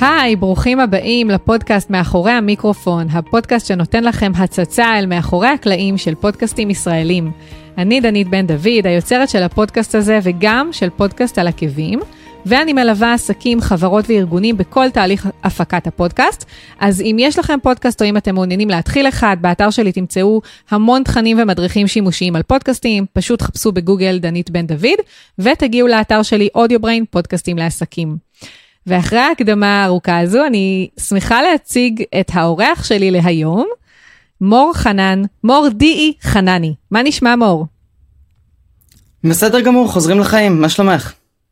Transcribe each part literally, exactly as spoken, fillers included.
היי, ברוכים הבאים לפודקאסט מאחורי המיקרופון, הפודקאסט שנותן לכם הצצה אל מאחורי הקלעים של פודקאסטים ישראלים. אני דנית בן דוד, היוצרת של הפודקאסט הזה וגם של פודקאסט על עקבים, ואני מלווה עסקים, חברות וארגונים בכל תהליך הפקת הפודקאסט. אז אם יש לכם פודקאסט או אם אתם מעוניינים להתחיל אחד, באתר שלי תמצאו המון תכנים ומדריכים שימושיים על פודקאסטים, פשוט חפשו בגוגל דנית בן דוד, ותגיעו לאתר שלי אודיובריין, פודקאסטים לעסקים. ואחרי ההקדמה הארוכה הזו, אני שמחה להציג את האורח שלי להיום, מור חנן, מור די.אי חנני. מה נשמע, מור? בסדר גמור, חוזרים לחיים, מה שלומך?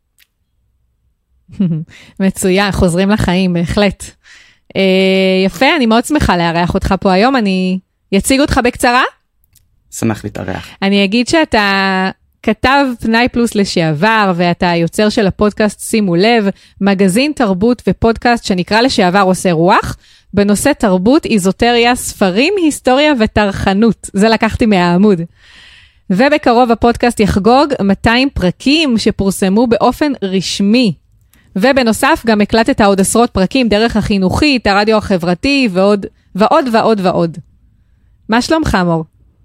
מצוין, חוזרים לחיים, בהחלט. אה, יפה, אני מאוד שמחה לארח אותך פה היום, אני אציג אותך בקצרה? שמח להתארח. אני אגיד שאתה כתב פנאי פלוס לשעבר, ואתה יוצר של הפודקאסט שימו לב, מגזין תרבות ופודקאסט שנקרא לשעבר עושה רוח, בנושא תרבות, איזוטריה, ספרים, היסטוריה ותרחנות. זה לקחתי מהעמוד. ובקרוב הפודקאסט יחגוג מאתיים פרקים שפורסמו באופן רשמי. ובנוסף גם הקלטת עוד עשרות פרקים דרך החינוכית, הרדיו החברתי ועוד ועוד ועוד ועוד. מה שלומך, מור?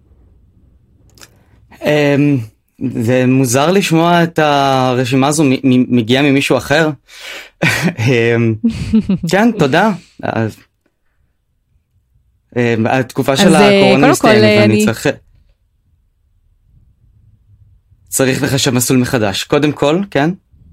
זה מוזר לשמוע את הרשימה הזו מגיעה ממישהו אחר. כן, תודה. התקופה של הקורונה מסתיימת ואני צריך צריך לחשב מסלול מחדש. קודם כל, כן?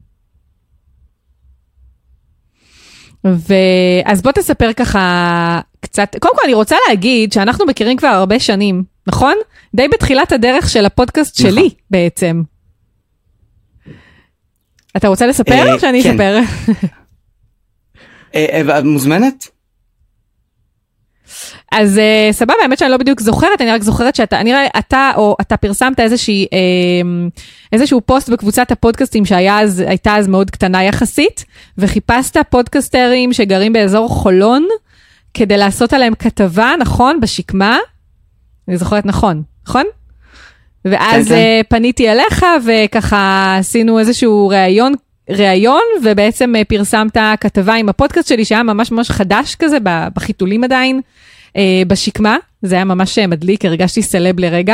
ואז בוא תספר ככה קצת, קודם כל אני רוצה להגיד שאנחנו מכירים כבר הרבה שנים, נכון? די בתחילת הדרך של הפודקאסט שלי בעצם. אתה רוצה לספר או שאני אספר? מוזמנת? אז סבבה, האמת שאני לא בדיוק זוכרת, אני רק זוכרת שאתה, אני רואה, אתה או אתה פרסמת איזושהי, איזשהו פוסט בקבוצת הפודקאסטים שהייתה אז מאוד קטנה יחסית, וחיפשת פודקאסטרים שגרים באזור חולון, כדי לעשות עליהם כתבה, נכון? בשקמה? אני זוכרת נכון, נכון? ואז פניתי אליך, וככה עשינו איזשהו ראיון, ראיון, ובעצם פרסמת כתבה עם הפודקאסט שלי, שהיה ממש ממש חדש כזה, בחיתולים עדיין, בשקמה. זה היה ממש מדליק, הרגשתי סלב לרגע.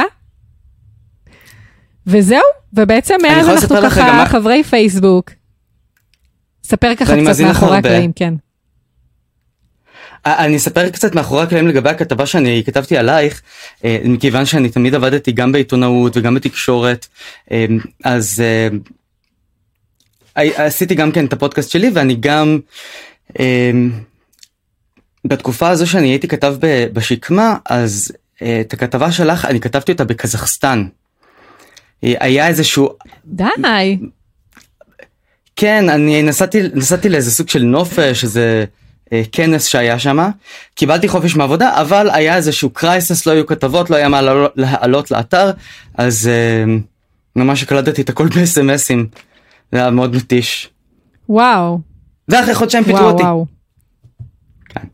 וזהו, ובעצם מאז אנחנו ככה חברי פייסבוק. ספר ככה קצת מאחורי הקלעים, כן. אני אספר קצת מאחורי הקלעים לגבי הכתבה שאני כתבתי עלייך, מכיוון שאני תמיד עבדתי גם בעיתונאות וגם בתקשורת, אז עשיתי גם כן את הפודקאסט שלי, ואני גם בתקופה הזו שאני הייתי כתב בשקמה, אז את הכתבה שלך אני כתבתי אותה בקזחסטן. היה איזשהו... די. כן, אני נסעתי, נסעתי לאיזה סוג של נופש, איזה כנס שהיה שם, קיבלתי חופש מעבודה, אבל היה איזשהו קרייסס, לא היו כתבות, לא היה מה לעלות לאתר, אז ממש הקלטתי את הכל ב-אס אם אסים, זה היה מאוד מתיש. וואו. ואחרי חודשיים פיתרו אותי. וואו, כן.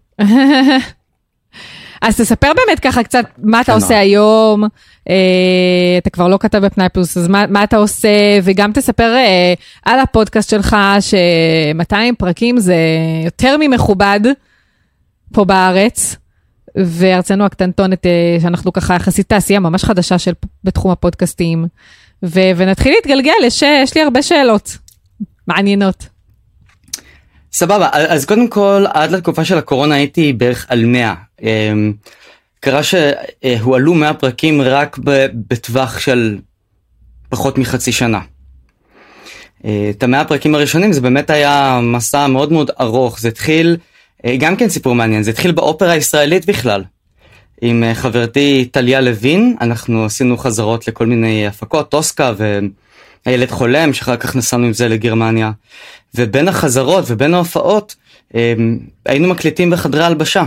אז תספר באמת ככה קצת מה אתה עושה היום, אתה כבר לא כתב בפנאי פלוס, אז מה אתה עושה, וגם תספר על הפודקאסט שלך, ש-מאתיים פרקים זה יותר ממכובד פה בארץ, וארצנו הקטנטונת, שאנחנו ככה יחסית תעשייה ממש חדשה של, בתחום הפודקאסטים, ו- ונתחיל להתגלגל, יש, יש לי הרבה שאלות מעניינות. סבבה, אז קודם כל, עד לתקופה של הקורונה הייתי בערך על מאה. קרה שהועלו מאה פרקים רק בטווח של פחות מחצי שנה. את המאה הפרקים הראשונים זה באמת היה מסע מאוד מאוד ארוך. זה התחיל, גם כן סיפור מעניין, זה התחיל באופרה הישראלית בכלל. עם חברתי טליה לוין, אנחנו עשינו חזרות לכל מיני הפקות, טוסקה והילד חולם, שאחר כך נסענו עם זה לגרמניה. ובין החזרות ובין ההופעות, היינו מקליטים בחדרי הלבשה.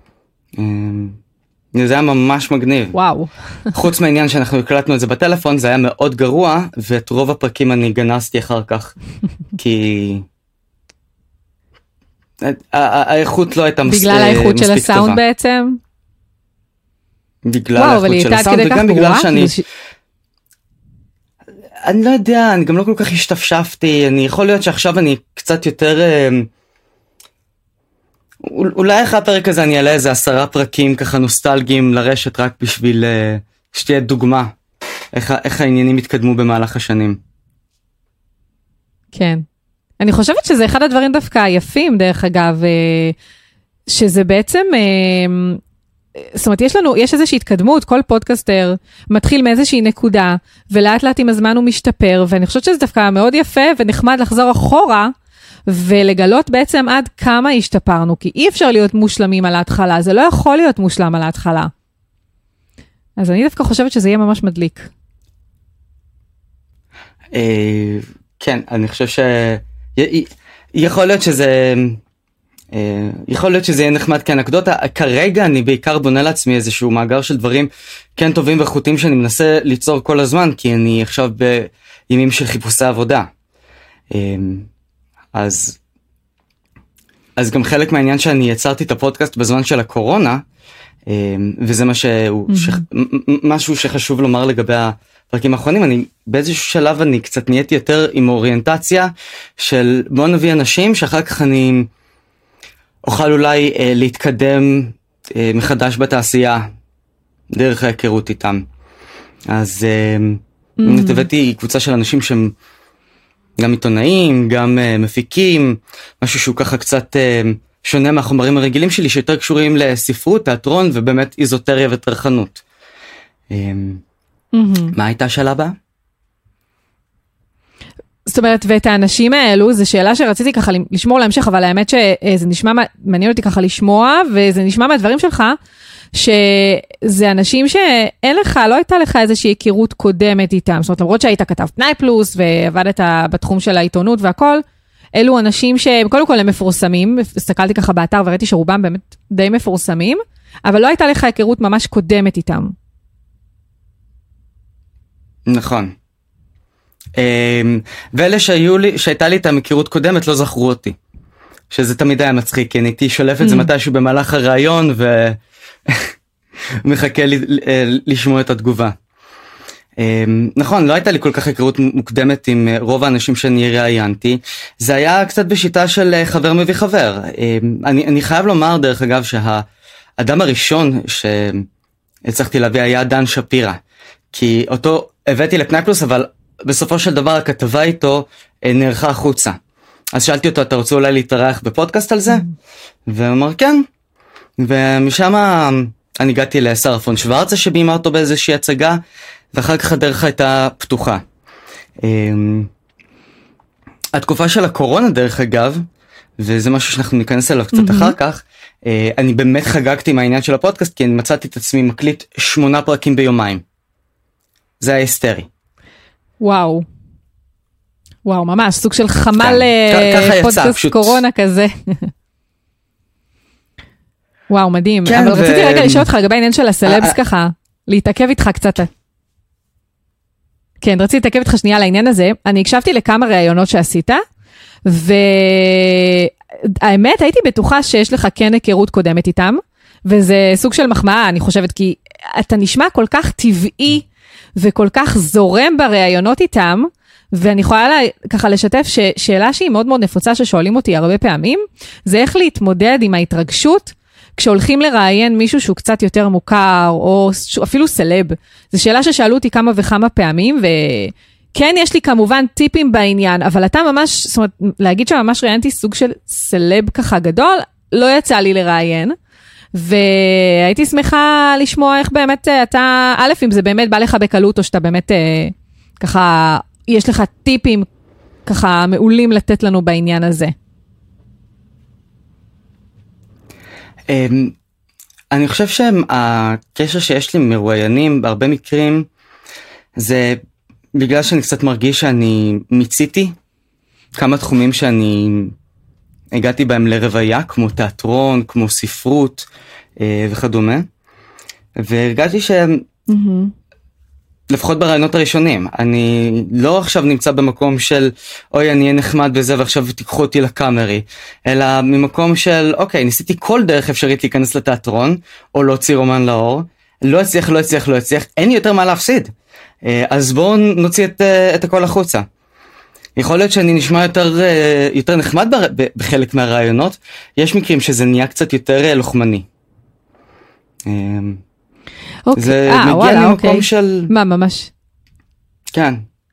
זה היה ממש מגניב. וואו. חוץ מהעניין שאנחנו הקלטנו את זה בטלפון, זה היה מאוד גרוע, ואת רוב הפרקים אני גנסתי אחר כך, כי האיכות לא הייתה מספיק טובה. בגלל האיכות של הסאונד בעצם? בגלל האיכות של הסאונד, וגם בגלל שאני... אני לא יודע, אני גם לא כל כך השתפשפתי, אני יכול להיות שעכשיו אני קצת יותר... אולי אחרי הפרק הזה אני אעלה איזה עשרה פרקים ככה נוסטלגיים לרשת רק בשביל uh, שתהיה דוגמה איך, איך העניינים התקדמו במהלך השנים. כן. אני חושבת שזה אחד הדברים דווקא היפים, דרך אגב, שזה בעצם, זאת אומרת, יש לנו, יש איזושהי התקדמות, כל פודקאסטר מתחיל מאיזושהי נקודה, ולאט לאט עם הזמן הוא משתפר, ואני חושבת שזה דווקא מאוד יפה ונחמד לחזור אחורה, ולגלות בעצם עד כמה השתפרנו, כי אי אפשר להיות מושלמים על ההתחלה, זה לא יכול להיות מושלם על ההתחלה. אז אני דווקא חושבת שזה יהיה ממש מדליק. כן, אני חושב ש... יכול להיות שזה... יכול להיות שזה יהיה נחמד כאנקדוטה. כרגע אני בעיקר בונה לעצמי איזשהו מאגר של דברים כן טובים ואיכותיים שאני מנסה ליצור כל הזמן, כי אני עכשיו בימים של חיפושי עבודה. אז... אז גם חלק מהעניין שאני יצרתי את הפודקאסט בזמן של הקורונה, וזה מה שהוא, ש... משהו שחשוב לומר לגבי הפרקים האחרונים. אני באיזשהו שלב אני קצת נהייתי יותר עם אוריינטציה של בוא נביא אנשים שאחר כך אני אוכל אולי אה, להתקדם אה, מחדש בתעשייה דרך ההיכרות איתם. אז אה, mm-hmm. נתבאתי קבוצה של אנשים שהם גם עיתונאים, גם אה, מפיקים, משהו שהוא ככה קצת אה, שונה מהחומרים הרגילים שלי, שיותר קשורים לספרות, תיאטרון ובאמת איזוטריה וטרחנות. אה, mm-hmm. מה הייתה השאלה הבאה? זאת אומרת, ואת האנשים האלו, זו שאלה שרציתי ככה לשמור להמשך, אבל האמת שזה נשמע, מעניין אותי ככה לשמוע, וזה נשמע מהדברים שלך, שזה אנשים שאין לך, לא הייתה לך איזושהי היכרות קודמת איתם, זאת אומרת, למרות שהיית כתב פנאי פלוס, ועבדת בתחום של העיתונות והכל, אלו אנשים שהם קודם כל הם מפורסמים, הסתכלתי ככה באתר וראיתי שרובם באמת די מפורסמים, אבל לא הייתה לך היכרות ממש קודמת איתם. נכון. ואלה שהיו לי, שהייתה לי את המכירות קודמת לא זכרו אותי, שזה תמיד היה מצחיק, כי אני הייתי שולף את זה מתישהו במהלך הרעיון ומחכה לי לשמוע את התגובה. נכון, לא הייתה לי כל כך הכירות מוקדמת עם רוב האנשים שאני ראיינתי, זה היה קצת בשיטה של חבר מביא חבר. אני, אני חייב לומר דרך אגב שהאדם הראשון שהצלחתי להביא היה דן שפירה, כי אותו הבאתי לפנאי פלוס, אבל בסופו של דבר הכתבה איתו נערכה החוצה. אז שאלתי אותו, אתה רוצה אולי להתארח בפודקאסט על זה? והוא אמר כן. ומשם אני הגעתי לשר פון שוורצה שבימה אותו באיזושהי הצגה, ואחר כך הדרך הייתה פתוחה. התקופה של הקורונה דרך אגב, וזה משהו שאנחנו ניכנס אליו קצת אחר כך, אני באמת חגגתי מהעניין של הפודקאסט, כי אני מצאתי את עצמי מקליט שמונה פרקים ביומיים. זה היה היסטרי. וואו. וואו, ממש, סוג של חמ"ל פודקאסט קורונה כזה. וואו, מדהים. אבל רציתי רגע לשאול אותך לגבי העניין של הסלבס ככה, להתעכב איתך קצת. כן, רציתי להתעכב איתך שנייה לעניין הזה. אני הקשבתי לכמה ראיונות שעשית, והאמת, הייתי בטוחה שיש לך כן היכרות קודמת איתם, וזה סוג של מחמאה, אני חושבת, כי אתה נשמע כל כך טבעי, וכל כך זורם בראיונות איתם, ואני יכולה לה, ככה לשתף ששאלה שהיא מאוד מאוד נפוצה ששואלים אותי הרבה פעמים, זה איך להתמודד עם ההתרגשות, כשהולכים לראיין מישהו שהוא קצת יותר מוכר, או אפילו סלב. זו שאלה ששאלו אותי כמה וכמה פעמים, וכן יש לי כמובן טיפים בעניין, אבל אתה ממש, זאת אומרת, להגיד שממש ראיינתי סוג של סלב ככה גדול, לא יצא לי לראיין, והייתי שמחה לשמוע איך באמת אתה, א', אם זה באמת בא לך בקלות, או שאתה באמת ככה, יש לך טיפים ככה מעולים לתת לנו בעניין הזה. אני חושב שהקשר שיש לי מרואיינים בהרבה מקרים, זה בגלל שאני קצת מרגיש שאני מיציתי כמה תחומים שאני הגעתי בהם לרוויה, כמו תיאטרון, כמו ספרות וכדומה, והרגעתי שהם, לפחות ברעיונות הראשונים, אני לא עכשיו נמצא במקום של, אוי, אני אהיה נחמד בזה, ועכשיו תיקחו אותי לקאמרי, אלא ממקום של, אוקיי, ניסיתי כל דרך אפשרית להיכנס לתיאטרון, או להוציא רומן לאור, לא הצליח, לא הצליח, לא הצליח, אין לי יותר מה להפסיד. אז בואו נוציא את, את הכל החוצה. יכול להיות שאני נשמע יותר, יותר נחמד בחלק מהרעיונות, יש מקרים שזה נהיה קצת יותר לוחמני. אוקיי. זה 아, מגיע וואלה, ממקום אוקיי. של... מה, ממש? כן.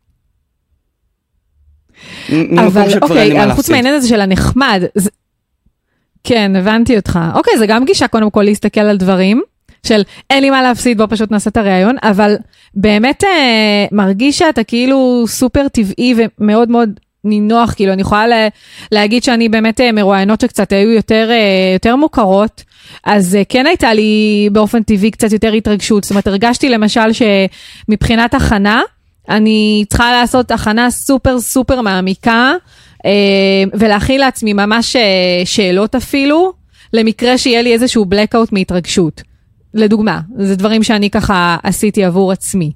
אבל אוקיי, חוץ מהעניין הזה של הנחמד, זה... כן, הבנתי אותך. אוקיי, זה גם גישה קודם כל להסתכל על דברים, של אין לי מה להפסיד, בוא פשוט נעשה את הרעיון, אבל באמת אה, מרגיש שאתה כאילו סופר טבעי ומאוד מאוד נינוח, כאילו אני יכולה לה, להגיד שאני באמת אה, מרואיינות שקצת היו יותר, אה, יותר מוכרות, אז אה, כן הייתה לי באופן טבעי קצת יותר התרגשות, זאת אומרת הרגשתי למשל שמבחינת הכנה, אני צריכה לעשות הכנה סופר סופר מעמיקה, אה, ולהכין לעצמי ממש אה, שאלות אפילו, למקרה שיהיה לי איזשהו blackout מהתרגשות. לדוגמה, זה דברים שאני ככה עשיתי עבור עצמי.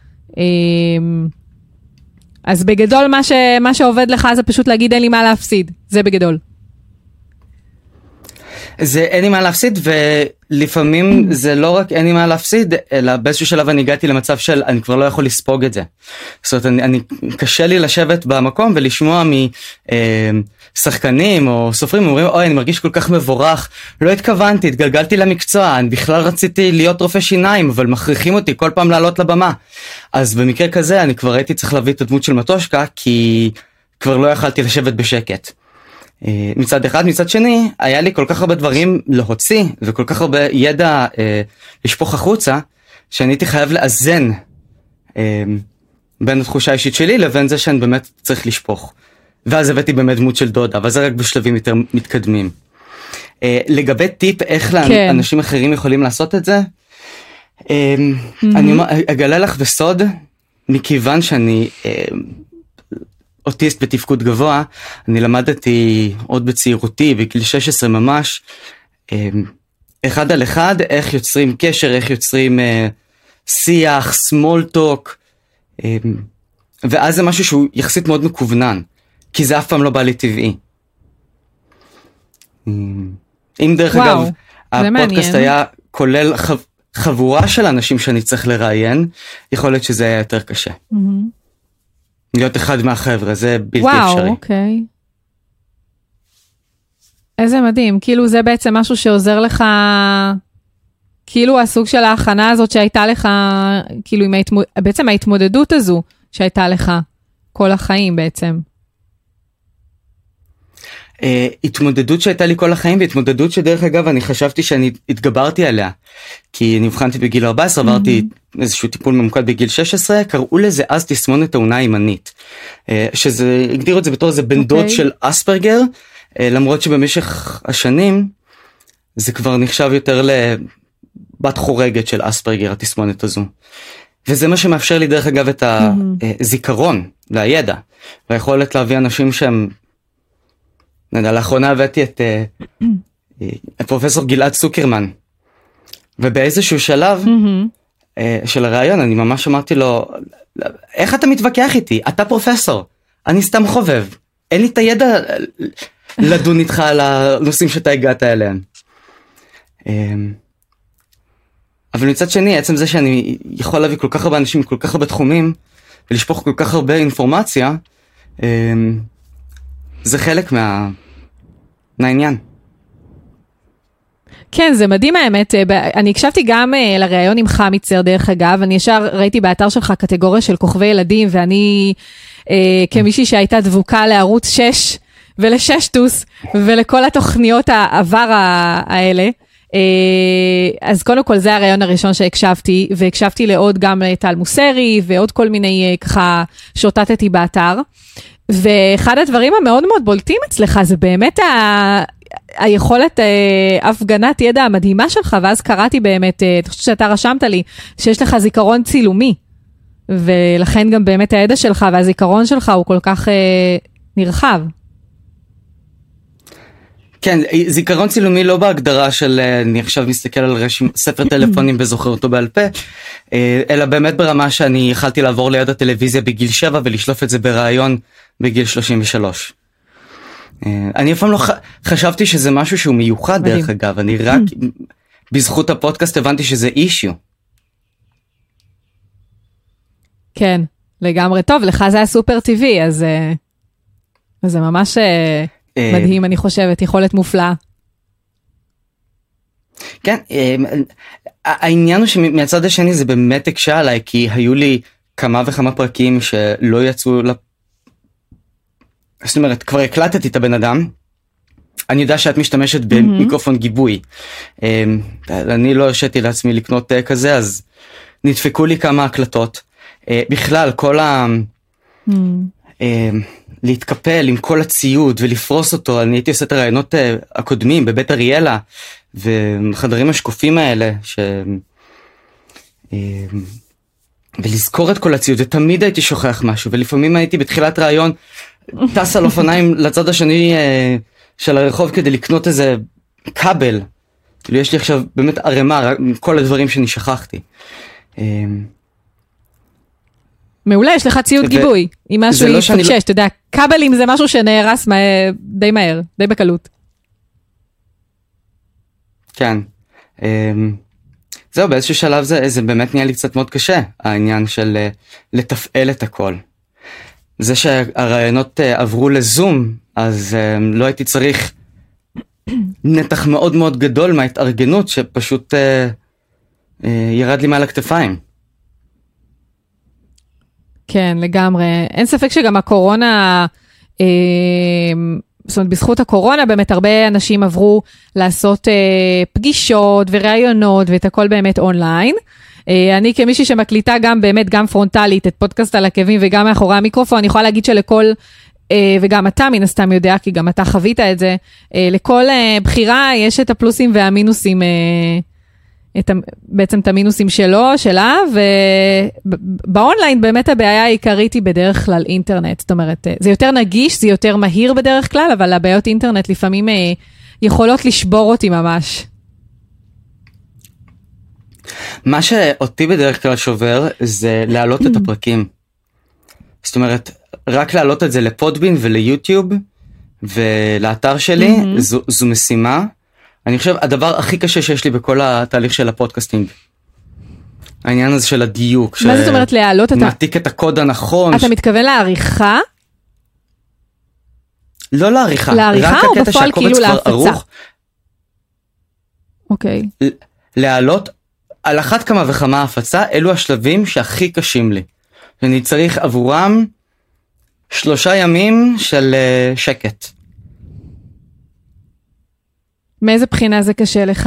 אז בגדול מה, ש, מה שעובד לך זה פשוט להגיד אין לי מה להפסיד, זה בגדול. זה אין לי מה להפסיד, ולפעמים זה לא רק אין לי מה להפסיד, אלא באיזשהו שלב אני הגעתי למצב של אני כבר לא יכול לספוג את זה. זאת אומרת, אני, אני קשה לי לשבת במקום ולשמוע משחקנים או סופרים, אומרים, אוי, אני מרגיש כל כך מבורך, לא התכוונתי, התגלגלתי למקצוע, אני בכלל רציתי להיות רופא שיניים, אבל מכריחים אותי כל פעם לעלות לבמה. אז במקרה כזה אני כבר הייתי צריך להביא את הדמות של מטושקה, כי כבר לא יכלתי לשבת בשקט. מצד אחד, מצד שני, היה לי כל כך הרבה דברים להוציא, וכל כך הרבה ידע אה, לשפוך החוצה, שאני הייתי חייב לאזן אה, בין התחושה האישית שלי, לבין זה שאני באמת צריך לשפוך. ואז הבאתי באמת דמות של דודה, אבל זה רק בשלבים יותר מתקדמים. אה, לגבי טיפ, איך כן. לאנשים אחרים יכולים לעשות את זה, אה, mm-hmm. אני אגלה לך בסוד, מכיוון שאני... אה, אוטיסט בתפקוד גבוה, אני למדתי עוד בצעירותי, בגיל שש עשרה ממש, אחד על אחד, איך יוצרים קשר, איך יוצרים שיח, small talk, ואז זה משהו שהוא יחסית מאוד מקוונן, כי זה אף פעם לא בא לי טבעי. אם דרך וואו, אגב, הפודקאסט היה כולל חב... חבורה של אנשים שאני צריך לראיין, יכול להיות שזה היה יותר קשה. Mm-hmm. להיות אחד מהחבר'ה, זה בלתי וואו, אפשרי. וואו, אוקיי. איזה מדהים, כאילו זה בעצם משהו שעוזר לך, כאילו הסוג של ההכנה הזאת שהייתה לך, כאילו עם ההתמוד... בעצם ההתמודדות הזו שהייתה לך כל החיים בעצם. Uh, התמודדות שהייתה לי כל החיים, והתמודדות שדרך אגב אני חשבתי שאני התגברתי עליה, כי נבחנתי בגיל ארבע עשרה, עברתי mm-hmm. איזשהו טיפול ממוקד בגיל שש עשרה, קראו לזה אז תסמונת האונה הימנית, uh, שזה, הגדירו את זה בתור איזה בן okay. דוד של אספרגר, uh, למרות שבמשך השנים, זה כבר נחשב יותר לבת חורגת של אספרגר, התסמונת הזו. וזה מה שמאפשר לי דרך אגב את הזיכרון, והידע, והיכולת להביא אנשים שהם, לאחרונה הבאתי את פרופסור גלעד סוקרמן, ובאיזשהו שלב של הרעיון אני ממש אמרתי לו, איך אתה מתווכח איתי? אתה פרופסור, אני סתם חובב, אין לי את הידע לדון איתך על הנושאים שאתה הגעת אליהם. אבל מצד שני, עצם זה שאני יכול להביא כל כך הרבה אנשים מכל כך הרבה תחומים, ולשפוך כל כך הרבה אינפורמציה, זה חלק מה... מהעניין. כן, זה מדהים האמת. אני הקשבתי גם לראיון עם חמיצר דרך אגב, אני ישר ראיתי באתר שלך קטגוריה של כוכבי ילדים, ואני אה, כמישהי שהייתה דבוקה לערוץ שש, ולששטוס, ולכל התוכניות העבר האלה. אז קודם כל זה הראיון הראשון שהקשבתי, והקשבתי לעוד גם טל מוסרי, ועוד כל מיני ככה שוטטתי באתר, ואחד הדברים המאוד מאוד בולטים אצלך, זה באמת ה... היכולת הפגנת ידע המדהימה שלך, ואז קראתי באמת, אתה חושב שאתה רשמת לי, שיש לך זיכרון צילומי, ולכן גם באמת הידע שלך והזיכרון שלך הוא כל כך נרחב. כן, זיכרון צילומי לא בהגדרה של אני עכשיו מסתכל על רשימ, ספר טלפונים וזוכר אותו בעל פה, אלא באמת ברמה שאני יכלתי לעבור ליד הטלוויזיה בגיל שבע ולשלוף את זה ברעיון בגיל שלושים ושלוש. אני אף פעם לא חשבתי שזה משהו שהוא מיוחד מדהים. דרך אגב, אני רק בזכות הפודקאסט הבנתי שזה אישיו. כן, לגמרי טוב, לך זה היה סופר טבעי, אז וזה ממש מדהים, אני חושבת, יכולת מופלאה. כן, העניין הוא שמהצד השני זה באמת הקשה עליי, כי היו לי כמה וכמה פרקים שלא יצאו, זאת אומרת, כבר הקלטתי את הבן אדם, אני יודע שאת משתמשת במיקרופון גיבוי, אני לא הרשיתי לעצמי לקנות כזה, אז נדפקו לי כמה הקלטות, בכלל כל ה... להתקפל עם כל הציוד ולפרוס אותו, אני הייתי עושה את הרעיונות הקודמים בבית אריאלה, וחדרים השקופים האלה, ש... ולזכור את כל הציוד, ותמיד הייתי שוכח משהו, ולפעמים הייתי בתחילת רעיון, טס על אופניים לצד השני של הרחוב כדי לקנות איזה כבל, כאילו יש לי עכשיו באמת ערימה, כל הדברים שאני שכחתי. מעולה, יש לך ציוד גיבוי, אם משהו יתפקשש, אתה יודע, כבלים זה משהו שנהרס די מהר, די בקלות. כן, זהו, באיזשהו שלב זה, זה באמת נהיה לי קצת מאוד קשה, העניין של לתפעל את הכל. זה שהרעיונות עברו לזום, אז לא הייתי צריך נתח מאוד מאוד גדול מההתארגנות, שפשוט ירד לי מעל הכתפיים. כן, לגמרי. אין ספק שגם הקורונה, אה, זאת אומרת, בזכות הקורונה באמת הרבה אנשים עברו לעשות אה, פגישות ורעיונות ואת הכל באמת אונליין. אה, אני כמישהי שמקליטה גם באמת, גם פרונטלית, את פודקאסט על עקבים וגם מאחורי המיקרופון, אני יכולה להגיד שלכל, אה, וגם אתה מן הסתם יודע, כי גם אתה חווית את זה, אה, לכל אה, בחירה יש את הפלוסים והמינוסים, אה, את, בעצם את המינוסים שלו, שלה, ובאונליין באמת הבעיה העיקרית היא בדרך כלל אינטרנט, זאת אומרת, זה יותר נגיש, זה יותר מהיר בדרך כלל, אבל הבעיות אינטרנט לפעמים אה, יכולות לשבור אותי ממש. מה שאותי בדרך כלל שובר, זה להעלות את הפרקים. זאת אומרת, רק להעלות את זה לפודבין וליוטיוב, ולאתר שלי, זו, זו משימה, אני חושב, הדבר הכי קשה שיש לי בכל התהליך של הפודקאסטינג. העניין הזה של הדיוק. מה זאת אומרת להעלות? מעתיק את הקוד הנכון. אתה מתכוון לעריכה? לא לעריכה. לעריכה או בפועל כאילו להפצה? אוקיי. להעלות, על אחת כמה וכמה הפצה, אלו השלבים שהכי קשים לי. אני צריך עבורם שלושה ימים של שקט. מאיזה בחינה זה קשה לך?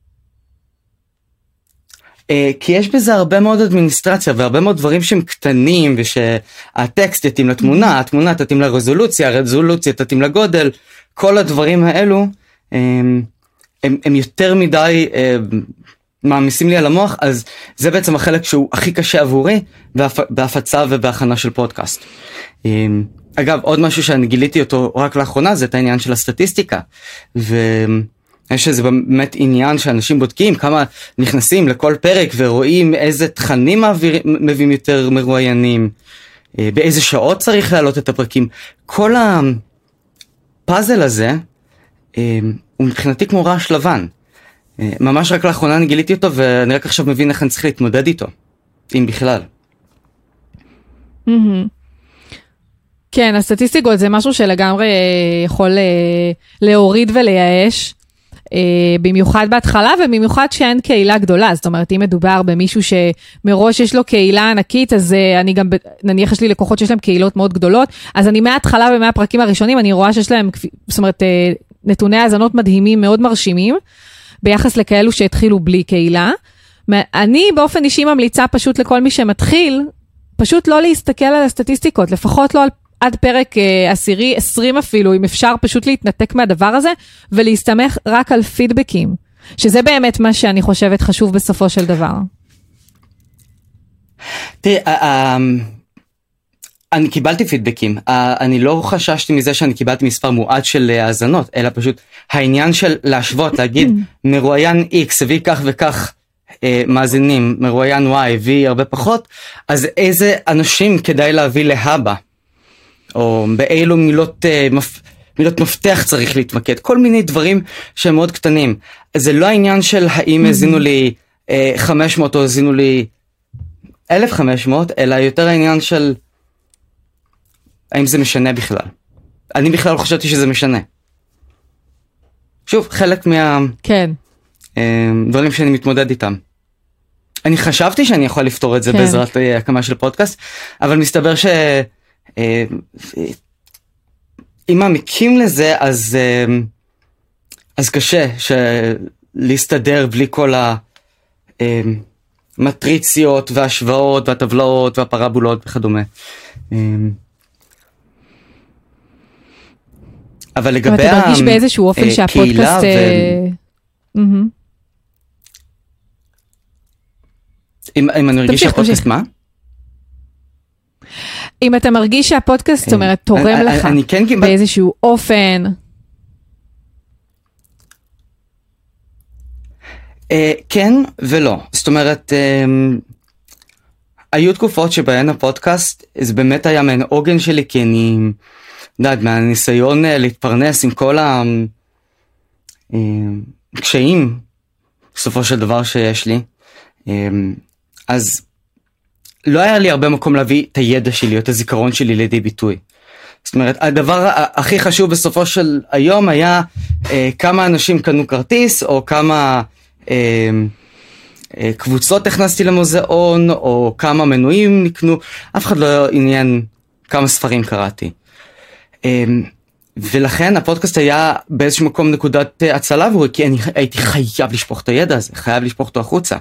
כי יש בזה הרבה מאוד אדמיניסטרציה, והרבה מאוד דברים שהם קטנים, ושהטקסט יתאים לתמונה, התמונה תתאים לרזולוציה, הרזולוציה תתאים לגודל, כל הדברים האלו, הם, הם, הם יותר מדי מעמיסים לי על המוח, אז זה בעצם החלק שהוא הכי קשה עבורי, בהפצה ובהכנה של פודקאסט. אגב, עוד משהו שאני גיליתי אותו רק לאחרונה, זה את העניין של הסטטיסטיקה, ו... יש איזה באמת עניין שאנשים בודקים כמה נכנסים לכל פרק ורואים איזה תכנים מביאים יותר מרואיינים, באיזה שעות צריך להעלות את הפרקים. כל הפאזל הזה הוא מבחינתי כמו רעש לבן. ממש רק לאחרונה אני גיליתי אותו ואני רק עכשיו מבין איך אני צריך להתמודד איתו, אם בכלל. כן, הסטטיסטיקות זה משהו שלגמרי יכול להוריד ולייאש. במיוחד בהתחלה, ובמיוחד שאין קהילה גדולה, זאת אומרת, אם מדובר במישהו שמראש יש לו קהילה ענקית, אז אני גם, נניח יש לי לקוחות שיש להם קהילות מאוד גדולות, אז אני מההתחלה ומהפרקים הראשונים, אני רואה שיש להם, זאת אומרת, נתוני האזנות מדהימים, מאוד מרשימים, ביחס לכאלו שהתחילו בלי קהילה. אני באופן אישי ממליצה פשוט לכל מי שמתחיל, פשוט לא להסתכל על הסטטיסטיקות, לפחות לא על עד פרק עשירי, עשרים אפילו, אם אפשר פשוט להתנתק מהדבר הזה, ולהסתמך רק על פידבקים, שזה באמת מה שאני חושבת חשוב בסופו של דבר. תראי, אני קיבלתי פידבקים, אני לא חששתי מזה שאני קיבלתי מספר מועט של האזנות, אלא פשוט העניין של להשוות, להגיד, מרואיין X הביא כך וכך מאזינים, מרואיין Y הביא הרבה פחות, אז איזה אנשים כדאי להביא להבא? או באילו מילות, מילות מפתח צריך להתמקד, כל מיני דברים שהם מאוד קטנים. זה לא העניין של האם הזינו לי חמש מאות או הזינו לי אלף וחמש מאות, אלא יותר העניין של האם זה משנה בכלל. אני בכלל לא חשבתי שזה משנה. שוב, חלק מה... כן. דברים שאני מתמודד איתם. אני חשבתי שאני יכול לפתור את זה כן. בעזרת הקמה של פודקאסט, אבל מסתבר ש... אם מעמיקים לזה, אז... אז קשה להסתדר בלי כל המטריציות והשוואות והטבלאות והפרבולות וכדומה. אבל לגבי הקהילה... אתה מרגיש באיזשהו אופן שהפודקאסט... אם אני מרגיש שהפודקאסט מה? אם אתה מרגיש שהפודקאסט, זאת אומרת, תורם לך באיזשהו אופן... כן ולא. זאת אומרת, היו תקופות שבהן הפודקאסט, זה באמת היה מעין עוגן שלי, כי אני... יודעת, מהניסיון להתפרנס עם כל הקשיים, בסופו של דבר שיש לי, אז לא היה לי הרבה מקום להביא את הידע שלי, את הזיכרון שלי לידי ביטוי. זאת אומרת, הדבר הכי חשוב בסופו של היום היה כמה אנשים קנו כרטיס, או כמה קבוצות הכנסתי למוזיאון, או כמה מנויים נקנו, אף אחד לא עניין כמה ספרים קראתי. ולכן הפודקאסט היה באיזשהו מקום נקודת הצלה עבורי, כי אני הייתי חייב לשפוך את הידע הזה, חייב לשפוך אותו החוצה.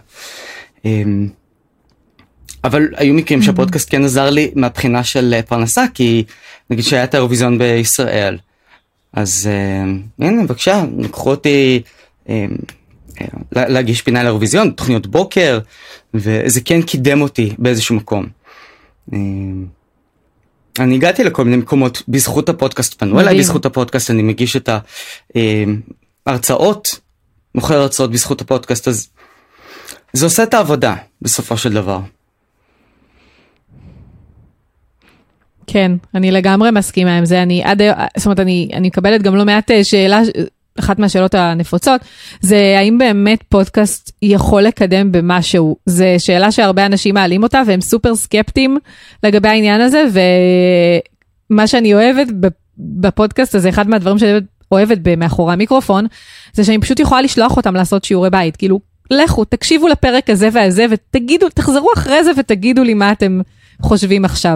אבל היו מקרים שהפודקאסט כן עזר לי מהבחינה של פרנסה, כי נגיד שהיה את האירוויזיון בישראל, אז הנה בבקשה, נקחו אותי להגיש פינה לאירוויזיון, תוכניות בוקר, וזה כן קידם אותי באיזשהו מקום. אני הגעתי לכל מיני מקומות בזכות הפודקאסט, פנו אליי בזכות הפודקאסט, אני מגיש את ההרצאות, מוכר הרצאות בזכות הפודקאסט, אז זה עושה את העבודה בסופו של דבר. כן, אני לגמרי מסכימה עם זה, אני עד, זאת אומרת, אני, אני מקבלת גם לא מעט שאלה, אחת מהשאלות הנפוצות, זה האם באמת פודקאסט יכול לקדם במשהו? זו שאלה שהרבה אנשים מעלים אותה, והם סופר סקפטיים לגבי העניין הזה, ומה שאני אוהבת בפודקאסט הזה, אחד מהדברים שאני אוהבת מאחורי המיקרופון, זה שאני פשוט יכולה לשלוח אותם לעשות שיעורי בית, כאילו, לכו, תקשיבו לפרק הזה והזה, ותגידו, תחזרו אחרי זה ותגידו לי מה אתם חושבים עכשיו.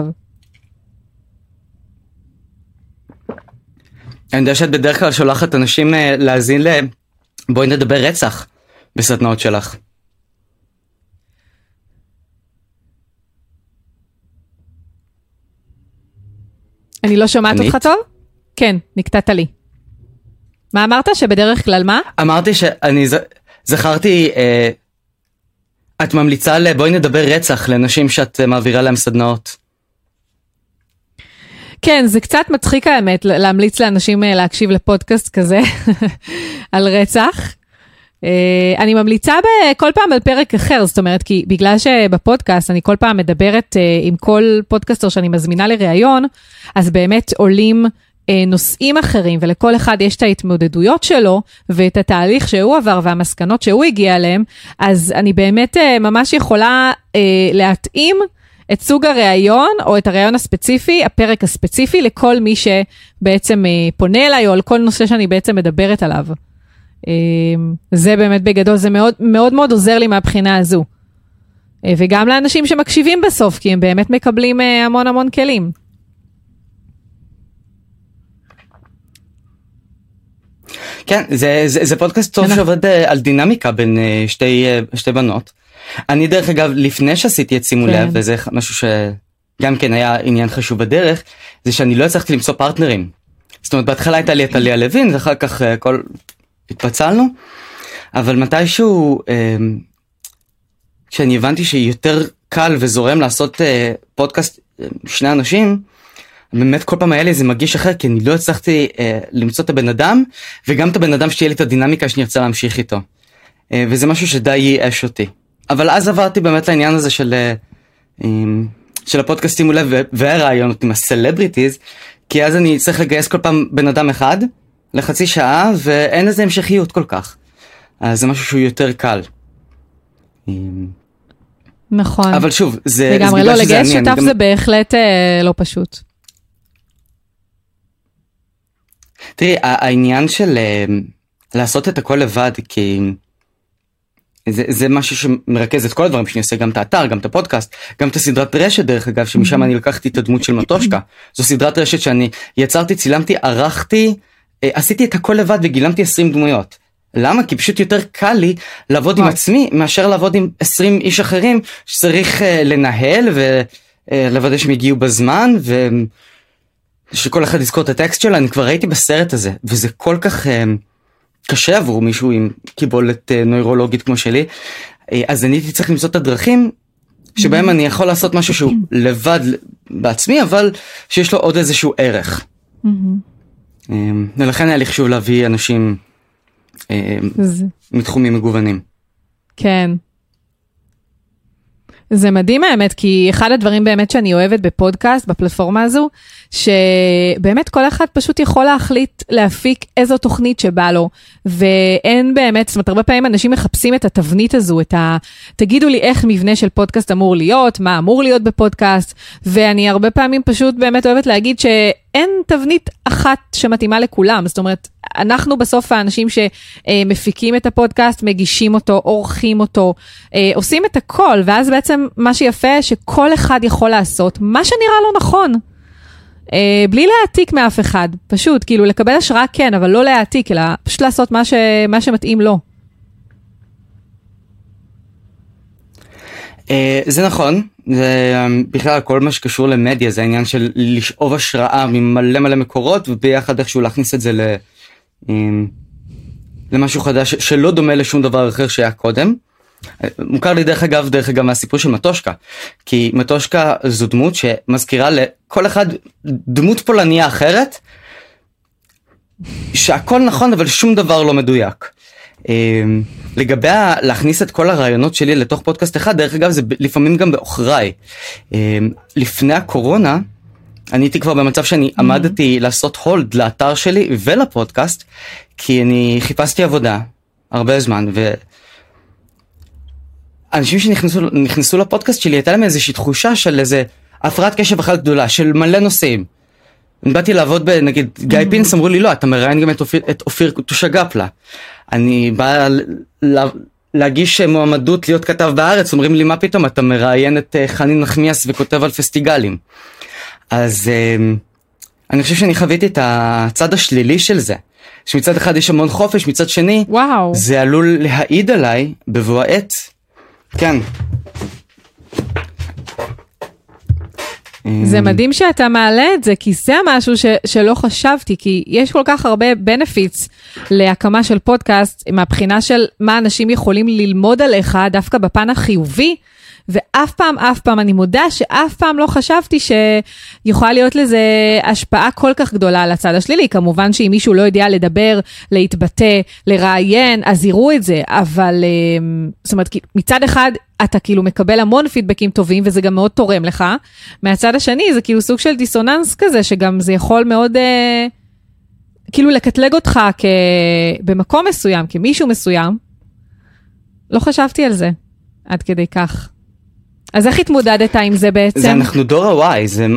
אני יודע שאת בדרך כלל שולחת אנשים להאזין ל... בואי נדבר רצח בסדנאות שלך. אני לא שומעת אותך טוב? כן, נקטעת לי. מה אמרת? שבדרך כלל מה? אמרתי שאני זכרתי, את ממליצה לבואי נדבר רצח לאנשים שאת מעבירה להם סדנאות. כן, זה קצת מצחיק האמת, להמליץ לאנשים להקשיב לפודקאסט כזה, על רצח. אני ממליצה כל פעם על פרק אחר, זאת אומרת, כי בגלל שבפודקאסט אני כל פעם מדברת עם כל פודקאסטר שאני מזמינה לראיון, אז באמת עולים נושאים אחרים, ולכל אחד יש את ההתמודדויות שלו, ואת התהליך שהוא עבר והמסקנות שהוא הגיע אליהם, אז אני באמת ממש יכולה להתאים, את סוג הראיון, או את הראיון הספציפי, הפרק הספציפי, לכל מי שבעצם פונה אליי, או על כל נושא שאני בעצם מדברת עליו. זה באמת בגדול, זה מאוד מאוד, מאוד עוזר לי מהבחינה הזו. וגם לאנשים שמקשיבים בסוף, כי הם באמת מקבלים המון המון כלים. כן, זה, זה, זה פודקאסט טוב שעובד על דינמיקה בין שתי, שתי בנות. אני דרך אגב, לפני שעשיתי את שימו לב, וזה משהו שגם כן היה עניין חשוב בדרך, זה שאני לא הצלחתי למצוא פרטנרים. זאת אומרת, בהתחלה הייתה לי את עליה לוין, ואחר כך כל... התפצלנו, אבל מתישהו, כשאני הבנתי שיותר קל וזורם לעשות פודקאסט שני אנשים, באמת כל פעם היה לי איזה מגיש אחר, כי אני לא הצלחתי למצוא את הבן אדם, וגם את הבן אדם שתהיה לי את הדינמיקה שאני רוצה להמשיך איתו. וזה משהו שדי ייאש אותי. אבל אז עברתי באמת לעניין הזה של, של הפודקאסט שימו לב, והרעיונות עם הסלבריטיז, כי אז אני צריך לגייס כל פעם בן אדם אחד, לחצי שעה, ואין איזה המשכיות כל כך. אז זה משהו שהוא יותר קל. נכון. אבל שוב, זה... לגמרי, לא, לגייס שותף זה בהחלט לא פשוט. תראי, העניין של לעשות את הכל לבד, כי זה, זה משהו שמרכז את כל הדברים שאני עושה, גם את האתר, גם את הפודקאסט, גם את הסדרת רשת דרך אגב, שמשם אני לקחתי את הדמות של מטושקה. זו סדרת רשת שאני יצרתי, צילמתי, ערכתי, עשיתי את הכל לבד וגילמתי עשרים דמויות. למה? כי פשוט יותר קל לי לעבוד עם עצמי, מאשר לעבוד עם עשרים איש אחרים, שצריך לנהל ולוודא שהם הגיעו בזמן, ושכל אחד יזכור את הטקסט שלו. אני כבר ראיתי בסרט הזה, וזה כל כך קשה עבור מישהו עם קיבולת נוירולוגית כמו שלי, אז אני הייתי צריך למצוא את הדרכים, שבהם אני יכול לעשות משהו שהוא לבד בעצמי, אבל שיש לו עוד איזשהו ערך. ולכן היה לי חשוב להביא אנשים מתחומים מגוונים. כן. זה מדהים האמת, כי אחד הדברים באמת שאני אוהבת בפודקאסט, בפלטפורמה הזו, שבאמת כל אחד פשוט יכול להחליט להפיק איזו תוכנית שבא לו, ואין באמת, זאת אומרת, הרבה פעמים אנשים מחפשים את התבנית הזו, את ה... תגידו לי איך מבנה של פודקאסט אמור להיות, מה אמור להיות בפודקאסט, ואני הרבה פעמים פשוט באמת אוהבת להגיד שאין תבנית אחת שמתאימה לכולם, זאת אומרת, אנחנו בסוף האנשים שמפיקים את הפודקאסט, מגישים אותו, עורכים אותו, עושים את הכל, ואז בעצם מה שיפה שכל אחד יכול לעשות, מה שנראה לו נכון, בלי להעתיק מאף אחד, פשוט, כאילו לקבל השראה כן, אבל לא להעתיק, אלא פשוט לעשות מה, ש... מה שמתאים לו. זה נכון, זה בכלל כל מה שקשור למדיה, זה העניין של לשאוב השראה ממלא מלא מקורות, וביחד איכשהו להכניס את זה ל... למשהו חדש שלא דומה לשום דבר אחר שהיה קודם. מוכר לי דרך אגב, דרך אגב מהסיפור של מטושקה, כי מטושקה זו דמות שמזכירה לכל אחד דמות פולניה אחרת, שהכל נכון אבל שום דבר לא מדויק. לגבי להכניס את כל הרעיונות שלי לתוך פודקאסט אחד, דרך אגב זה לפעמים גם באוכריי. לפני הקורונה אני הייתי כבר במצב שאני mm-hmm. עמדתי לעשות הולד לאתר שלי ולפודקאסט, כי אני חיפשתי עבודה הרבה זמן, ואנשים שנכנסו נכנסו לפודקאסט שלי, הייתה להם איזושהי תחושה של איזה הפרעת קשב אחת גדולה, של מלא נושאים. אני באתי לעבוד בנגיד גיא mm-hmm. פינס, אמרו לי לא, אתה מראיין גם את אופיר, את אופיר טושגפלה. אני בא לה, להגיש מועמדות להיות כתב בארץ, אומרים לי מה פתאום, אתה מראיין את חנין נחמיאס וכותב על פסטיגלים. אז אני חושב שאני חוויתי את הצד השלילי של זה, שמצד אחד יש המון חופש, מצד שני וואו. זה עלול להעיד עליי בבוא העת. כן. זה מדהים שאתה מעלה את זה, כי זה משהו ש, שלא חשבתי, כי יש כל כך הרבה benefits להקמה של פודקאסט, מהבחינה של מה אנשים יכולים ללמוד עליך, דווקא בפן החיובי, ואף פעם, אף פעם, אני מודה שאף פעם לא חשבתי שיכולה להיות לזה השפעה כל כך גדולה על הצד השלילי. כמובן שאם מישהו לא יודע לדבר, להתבטא, לראיין, אז יראו את זה. אבל, זאת אומרת, מצד אחד, אתה כאילו מקבל המון פידבקים טובים, וזה גם מאוד תורם לך. מהצד השני, זה כאילו סוג של דיסוננס כזה, שגם זה יכול מאוד, כאילו לקטלג אותך במקום מסוים, כמישהו מסוים. לא חשבתי על זה, עד כדי כך. אז איך התמודדת עם זה בעצם? זה אנחנו דור הוואי, זה...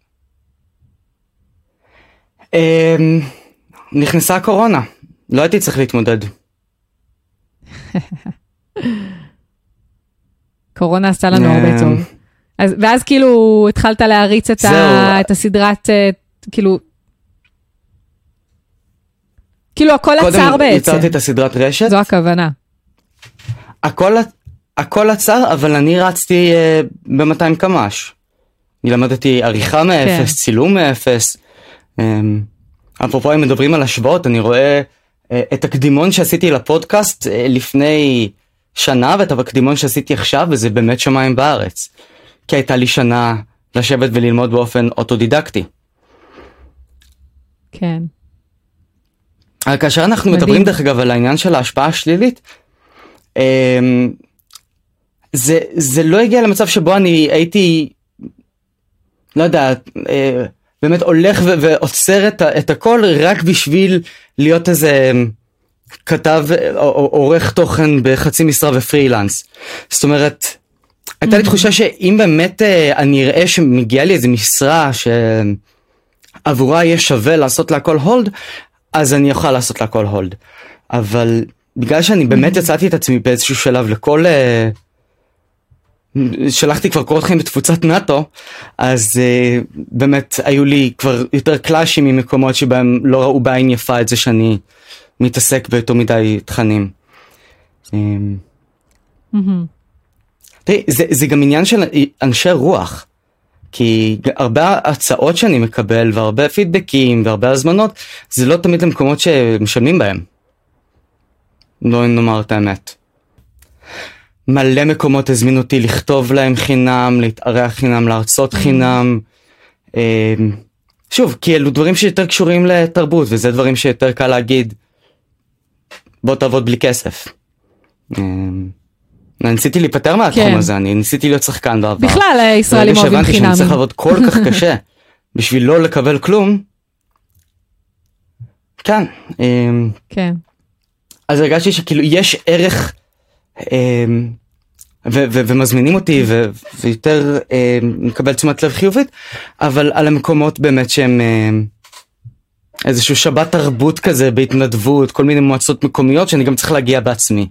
נכנסה הקורונה, לא הייתי צריך להתמודד. קורונה עשתה לנו הרבה טוב. ואז כאילו התחלת להריץ את הסדרת, כאילו... כאילו הכל עצר בעצם. קודם יצרתי את הסדרת רשת. זו הכוונה. הכל... הכל עצר, אבל אני רצתי uh, ב-מאתיים קמ"ש. אני למדתי עריכה מאפס, כן. צילום מאפס. Um, אפרופו, אם מדברים על השוואות, אני רואה uh, את הקדימון שעשיתי לפודקאסט uh, לפני שנה, ואת הקדימון שעשיתי עכשיו, וזה באמת שמיים בארץ. כי הייתה לי שנה לשבת וללמוד באופן אוטודידקטי. כן. כאשר אנחנו מדהים. מדברים דרך אגב על העניין של ההשפעה השלילית, um, זה, זה לא הגיע למצב שבו אני הייתי, לא יודע, אה, באמת הולך ו- ועוצר את, את הכל רק בשביל להיות איזה כתב או, או עורך תוכן בחצי משרה ופרילנס. זאת אומרת, הייתה לי תחושה שאם באמת אה, אני אראה שמגיעה לי איזו משרה שעבורה יהיה שווה לעשות לה כל הולד, אז אני אוכל לעשות להכל הולד. אבל בגלל שאני באמת יצאתי את עצמי באיזשהו שלב לכל... שלחתי כבר קורות חיים בתפוצת נאטו, אז uh, באמת היו לי כבר יותר קלאשים ממקומות שבהם לא ראו בעין יפה את זה שאני מתעסק ביותר מדי תכנים. Mm-hmm. תראי, זה, זה גם עניין של אנשי רוח, כי הרבה הצעות שאני מקבל והרבה פידבקים והרבה הזמנות, זה לא תמיד למקומות שמשלמים בהם. לא נאמר את האמת. מלא מקומות הזמינו אותי לכתוב להם חינם, להתארח חינם, להרצות חינם. שוב, כי אלו דברים שיותר קשורים לתרבות, וזה דברים שיותר קל להגיד, בוא תעבוד בלי כסף. אני ניסיתי להיפטר מהתחום הזה, אני ניסיתי להיות שחקן בעבר. בכלל, ישראלים אוהבים חינם. שהבנתי שאני צריך לעבוד כל כך קשה, בשביל לא לקבל כלום. כן. כן. אז הרגשתי שכאילו יש ערך... ו- ו- ומזמינים אותי ו- ויותר אה, מקבל תשומת לב חיובית, אבל על המקומות באמת שהם אה, איזשהו שבת תרבות כזה בהתנדבות, כל מיני מועצות מקומיות שאני גם צריך להגיע בעצמי.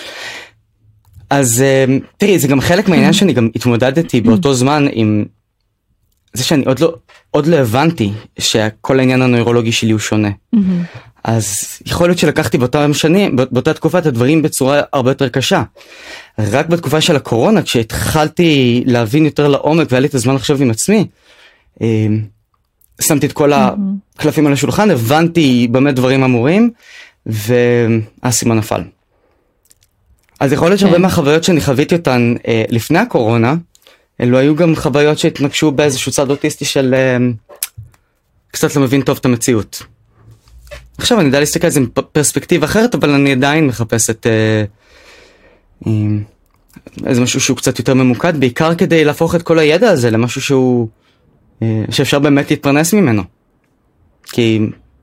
אז אה, תראי, זה גם חלק מהעניין שאני גם התמודדתי באותו זמן עם זה שאני עוד לא, עוד לא הבנתי שכל העניין הנוירולוגי שלי הוא שונה. אז יכול להיות שלקחתי באותה שנים, באותה תקופה את הדברים בצורה הרבה יותר קשה. רק בתקופה של הקורונה, כשהתחלתי להבין יותר לעומק והיה לי את הזמן לחשוב עם עצמי, שמתי את כל הקלפים על השולחן, הבנתי במה דברים אמורים, והסימן נפל. אז יכול להיות שהרבה מהחוויות שאני חוויתי אותן לפני הקורונה, אלו היו גם חוויות שהתנגשו באיזשהו צד אוטיסטי של קצת לא מבין טוב את המציאות. עכשיו אני יודע להסתכל על זה בפרספקטיבה אחרת, אבל אני עדיין מחפש את אה, אה, איזה משהו שהוא קצת יותר ממוקד, בעיקר כדי להפוך את כל הידע הזה למשהו שהוא, אה, שאפשר באמת להתפרנס ממנו. כי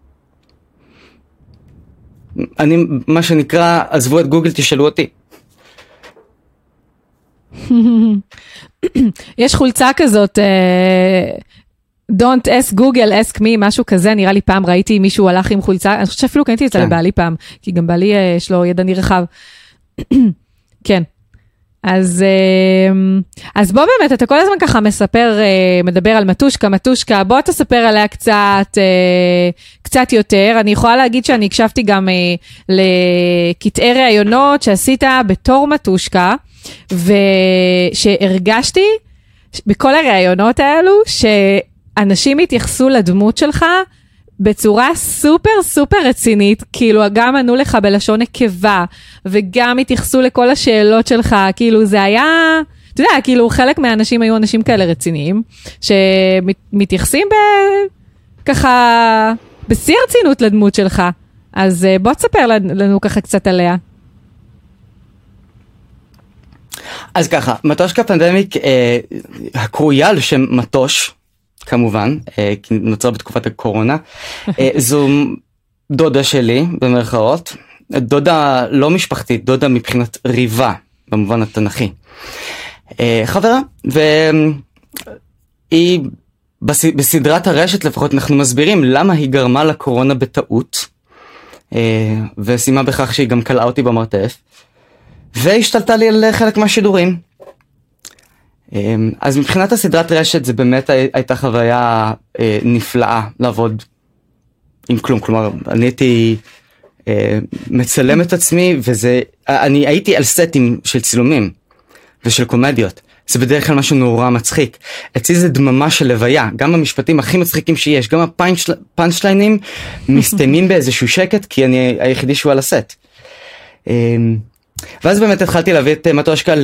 אני, מה שנקרא, עזבו את גוגל, תשאלו אותי. יש חולצה כזאת... אה... Don't ask Google, ask me, משהו כזה, נראה לי פעם ראיתי מישהו הלך עם חולצה, אני חושבת שאפילו קניתי את זה לבעלי פעם, כי גם בעלי יש לו ידני רחב. כן. אז, אז בוא באמת, אתה כל הזמן ככה מספר, מדבר על מתושקה, מתושקה, בוא תספר עליה קצת, קצת יותר. אני יכולה להגיד שאני הקשבתי גם לקטעי ראיונות שעשית בתור מתושקה, ושהרגשתי בכל הראיונות האלו, ש... אנשים התייחסו לדמות שלך בצורה סופר סופר רצינית, כאילו גם ענו לך בלשון נקבה, וגם התייחסו לכל השאלות שלך, כאילו זה היה, אתה יודע, כאילו חלק מהאנשים היו אנשים כאלה רציניים, שמתייחסים ב... ככה, בשיא הרצינות לדמות שלך. אז בוא תספר לנו ככה קצת עליה. אז ככה, מטושקה פנדמיק, אה, הקרויה על שם מטוש, כמובן, אה, כי נוצרה בתקופת הקורונה, אה, זו דודה שלי, במרכאות, דודה לא משפחתית, דודה מבחינת ריבה, במובן התנכי. אה, חברה, והיא בס, בסדרת הרשת לפחות אנחנו מסבירים למה היא גרמה לקורונה בטעות, אה, ושימה בכך שהיא גם קלעה אותי במרתף, והשתלטה לי על חלק מהשידורים. אז מבחינת הסדרת רשת זה באמת הייתה חוויה נפלאה לעבוד עם כלום, כלומר אני הייתי מצלם את עצמי, וזה, אני הייתי על סטים של צילומים ושל קומדיות, זה בדרך כלל משהו נורא מצחיק. אצלי זה דממה של לוויה, גם המשפטים הכי מצחיקים שיש, גם הפאנצ'ליינים מסתיימים באיזשהו שקט, כי אני היחידי שהוא על הסט. ואז באמת התחלתי להביא את מטושקה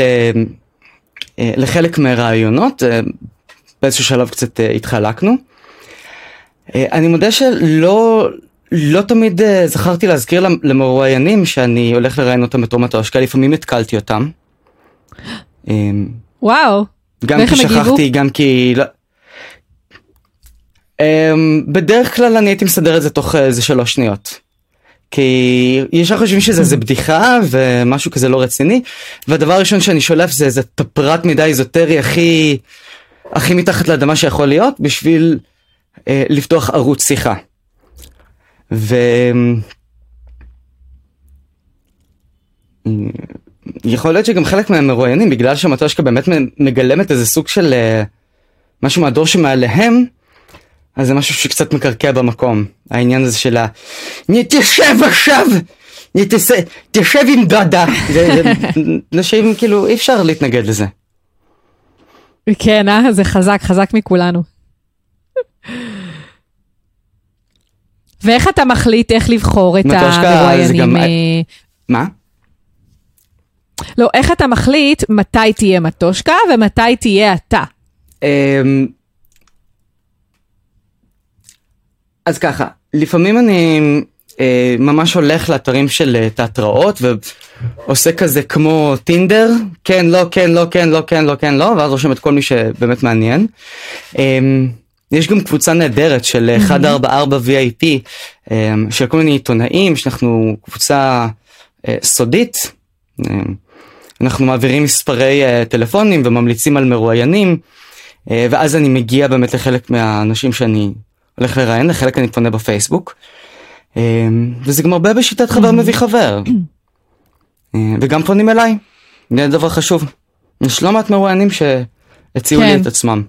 לחלק מהרעיונות, באיזשהו שלב קצת התחלקנו. אני מודה שלא לא תמיד זכרתי להזכיר למרואיינים שאני הולך לראיין אותם בתור מטושקה, לפעמים התקלתי אותם. וואו. גם כי שכחתי, גם כי... בדרך כלל אני הייתי מסדר את זה תוך איזה שלוש שניות. כי ישר חושבים שזה זה בדיחה ומשהו כזה לא רציני, והדבר הראשון שאני שולף זה איזה תפרט מידה איזוטרי הכי, הכי מתחת לאדמה שיכול להיות, בשביל אה, לפתוח ערוץ שיחה. ו... יכול להיות שגם חלק מהמרואיינים, בגלל שמטושקה באמת מגלמת איזה סוג של משהו מהדור שמעליהם, אז זה משהו שקצת מקרקע במקום. העניין הזה של ה... נתיישב עכשיו! תשב עם דודה! נשים, כאילו, אי אפשר להתנגד לזה. כן, אה? זה חזק, חזק מכולנו. ואיך אתה מחליט איך לבחור את המרואיינים? מה? לא, איך אתה מחליט מתי תהיה מטושקה ומתי תהיה אתה? אז ככה, לפעמים אני ממש הולך לאתרים של תיאטראות ועושה כזה כמו טינדר, כן, לא, כן, לא, כן, לא, כן, לא, כן, לא, ואז רושם את כל מי שבאמת מעניין. יש גם קבוצה נהדרת של אחת ארבע ארבע וי איי פי, של כל מיני עיתונאים, שאנחנו קבוצה סודית, אנחנו מעבירים מספרי טלפונים וממליצים על מרואיינים, ואז אני מגיע באמת לחלק מהאנשים שאני הולך לראיין, לחלק אני פונה בפייסבוק, וזה גם הרבה בשיטת חבר מביא חבר, וגם פונים אליי, זה דבר חשוב. יש לא מעט מרואיינים שהציעו לי את עצמם.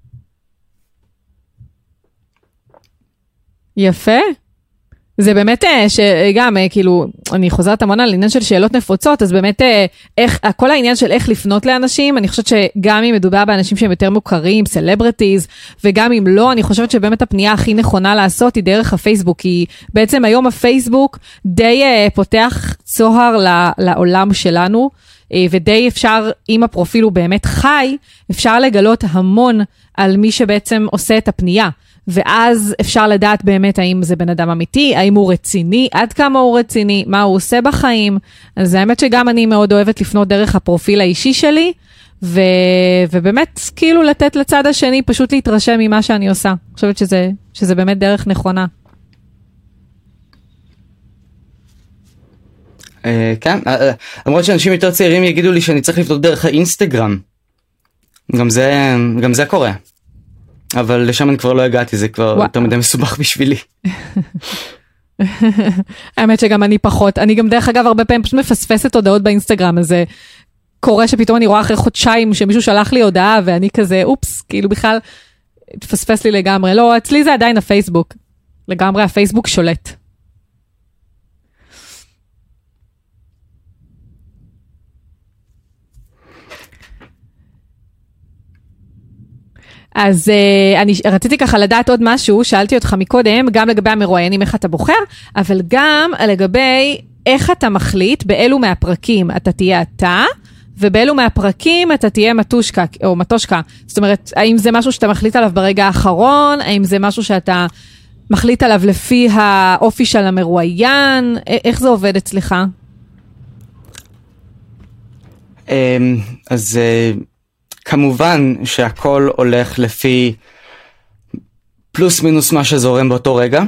יפה. זה באמת שגם, כאילו, אני חוזרת המון על עניין של שאלות נפוצות, אז באמת, איך, כל העניין של איך לפנות לאנשים, אני חושבת שגם אם מדובר באנשים שהם יותר מוכרים, סלבריטיז, וגם אם לא, אני חושבת שבאמת הפנייה הכי נכונה לעשות היא דרך הפייסבוק, כי בעצם היום הפייסבוק די פותח צוהר לעולם שלנו, ודי אפשר, אם הפרופיל הוא באמת חי, אפשר לגלות המון על מי שבעצם עושה את הפנייה. ואז אפשר לדעת באמת האם זה בן אדם אמיתי, האם הוא רציני, עד כמה הוא רציני, מה הוא עושה בחיים. אז האמת שגם אני מאוד אוהבת לפנות דרך הפרופיל האישי שלי, ו... ובאמת כאילו לתת לצד השני פשוט להתרשם ממה שאני עושה. אני חושבת שזה, שזה באמת דרך נכונה. כן, למרות שאנשים יותר צעירים יגידו לי שאני צריך לפנות דרך האינסטגרם. גם זה, גם זה קורה. אבל לשם אני כבר לא הגעתי, זה כבר יותר מדי מסובך בשבילי. האמת שגם אני פחות, אני גם דרך אגב הרבה פעמים פשוט מפספסת הודעות באינסטגרם, אז זה קורה שפתאום אני רואה אחרי חודשיים שמישהו שלח לי הודעה, ואני כזה, אופס, כאילו בכלל תפספס לי לגמרי. לא, אצלי זה עדיין הפייסבוק, לגמרי הפייסבוק שולט. אז uh, אני רציתי ככה לדעת עוד משהו, שאלתי אותך מקודם, גם לגבי המרואיינים, איך אתה בוחר, אבל גם לגבי איך אתה מחליט באלו מהפרקים אתה תהיה אתה, ובאלו מהפרקים אתה תהיה מטושקה או מטושקה. זאת אומרת, האם זה משהו שאתה מחליט עליו ברגע האחרון, האם זה משהו שאתה מחליט עליו לפי האופי של המרואיין, איך זה עובד אצלך? אז... כמובן שהכל הולך לפי פלוס מינוס מה שזורם באותו רגע.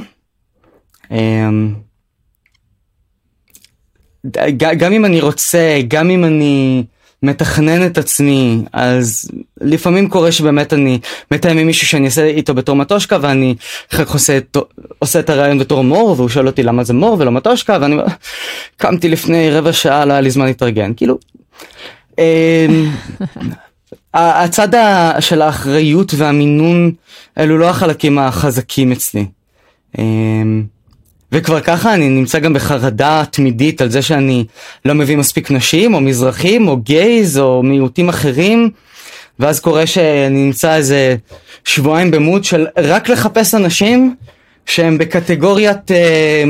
גם אם אני רוצה, גם אם אני מתכנן את עצמי, אז לפעמים קורה שבאמת אני מתאם עם מישהו שאני אעשה איתו בתור מטושקה, ואני אחר כך עושה, עושה את הרעיון בתור מור, והוא שואל אותי למה זה מור ולא מטושקה, ואני קמתי לפני רבע שעה, לא היה לי זמן להתארגן. כאילו... הצד של האחריות והמינון, אלו לא החלקים החזקים אצלי. וכבר ככה אני נמצא גם בחרדה תמידית על זה שאני לא מביא מספיק נשים, או מזרחים, או גייז, או מיעוטים אחרים, ואז קורה שאני נמצא איזה שבועיים במוד של רק לחפש אנשים שהם בקטגוריית אה,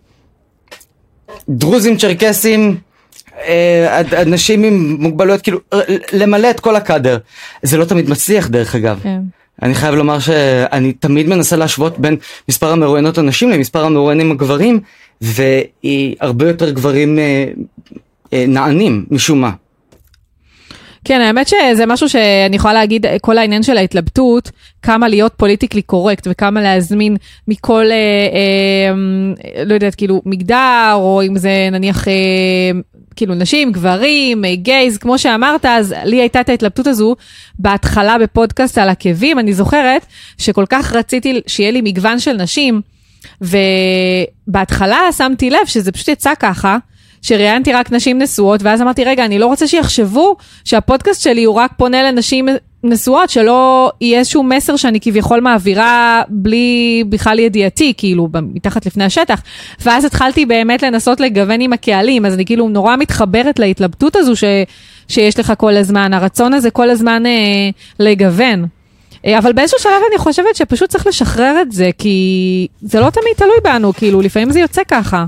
דרוזים, צ'רקסים, אנשים עם מוגבלויות, כאילו למלא את כל הקאדר. זה לא תמיד מצליח דרך אגב. כן. אני חייב לומר שאני תמיד מנסה להשוות בין מספר המרואיינות הנשים למספר המרואיינים הגברים, והיא הרבה יותר גברים נענים משום מה. כן, האמת שזה משהו שאני יכולה להגיד, כל העניין של ההתלבטות, כמה להיות פוליטיקלי קורקט, וכמה להזמין מכל, אה, אה, לא יודעת, כאילו, מגדר, או אם זה נניח, אה, כאילו, נשים, גברים, אה, גייז, כמו שאמרת, אז לי הייתה את ההתלבטות הזו, בהתחלה בפודקאסט על עקבים, אני זוכרת, שכל כך רציתי שיהיה לי מגוון של נשים, ובהתחלה שמתי לב שזה פשוט יצא ככה, שראיינתי רק נשים נשואות, ואז אמרתי, רגע, אני לא רוצה שיחשבו שהפודקאסט שלי הוא רק פונה לנשים נשואות, שלא יהיה איזשהו מסר שאני כביכול מעבירה בלי בכלל ידיעתי, כאילו, מתחת לפני השטח. ואז התחלתי באמת לנסות לגוון עם הקהלים, אז אני כאילו נורא מתחברת להתלבטות הזו ש, שיש לך כל הזמן, הרצון הזה כל הזמן אה, לגוון. אה, אבל באיזשהו שלב אני חושבת שפשוט צריך לשחרר את זה, כי זה לא תמיד תלוי בנו, כאילו, לפעמים זה יוצא ככה.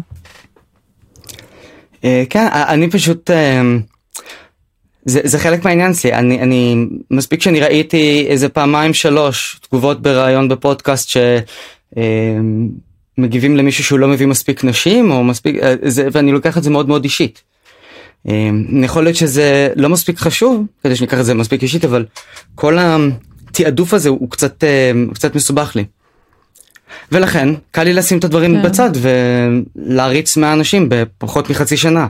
כן, אני פשוט, זה, זה חלק מהעניין שלי, אני, אני, מספיק שאני ראיתי איזה פעמיים שלוש תגובות ברעיון בפודקאסט שמגיבים למישהו שהוא לא מביא מספיק נשים, או מספיק, זה, ואני לוקח את זה מאוד מאוד אישית. יכול להיות שזה לא מספיק חשוב, כדי שניקח את זה מספיק אישית, אבל כל התיעדוף הזה הוא קצת, קצת מסובך לי. ולכן, קל לי לשים את הדברים כן. בצד, ולהריץ מהאנשים בפחות מחצי שנה.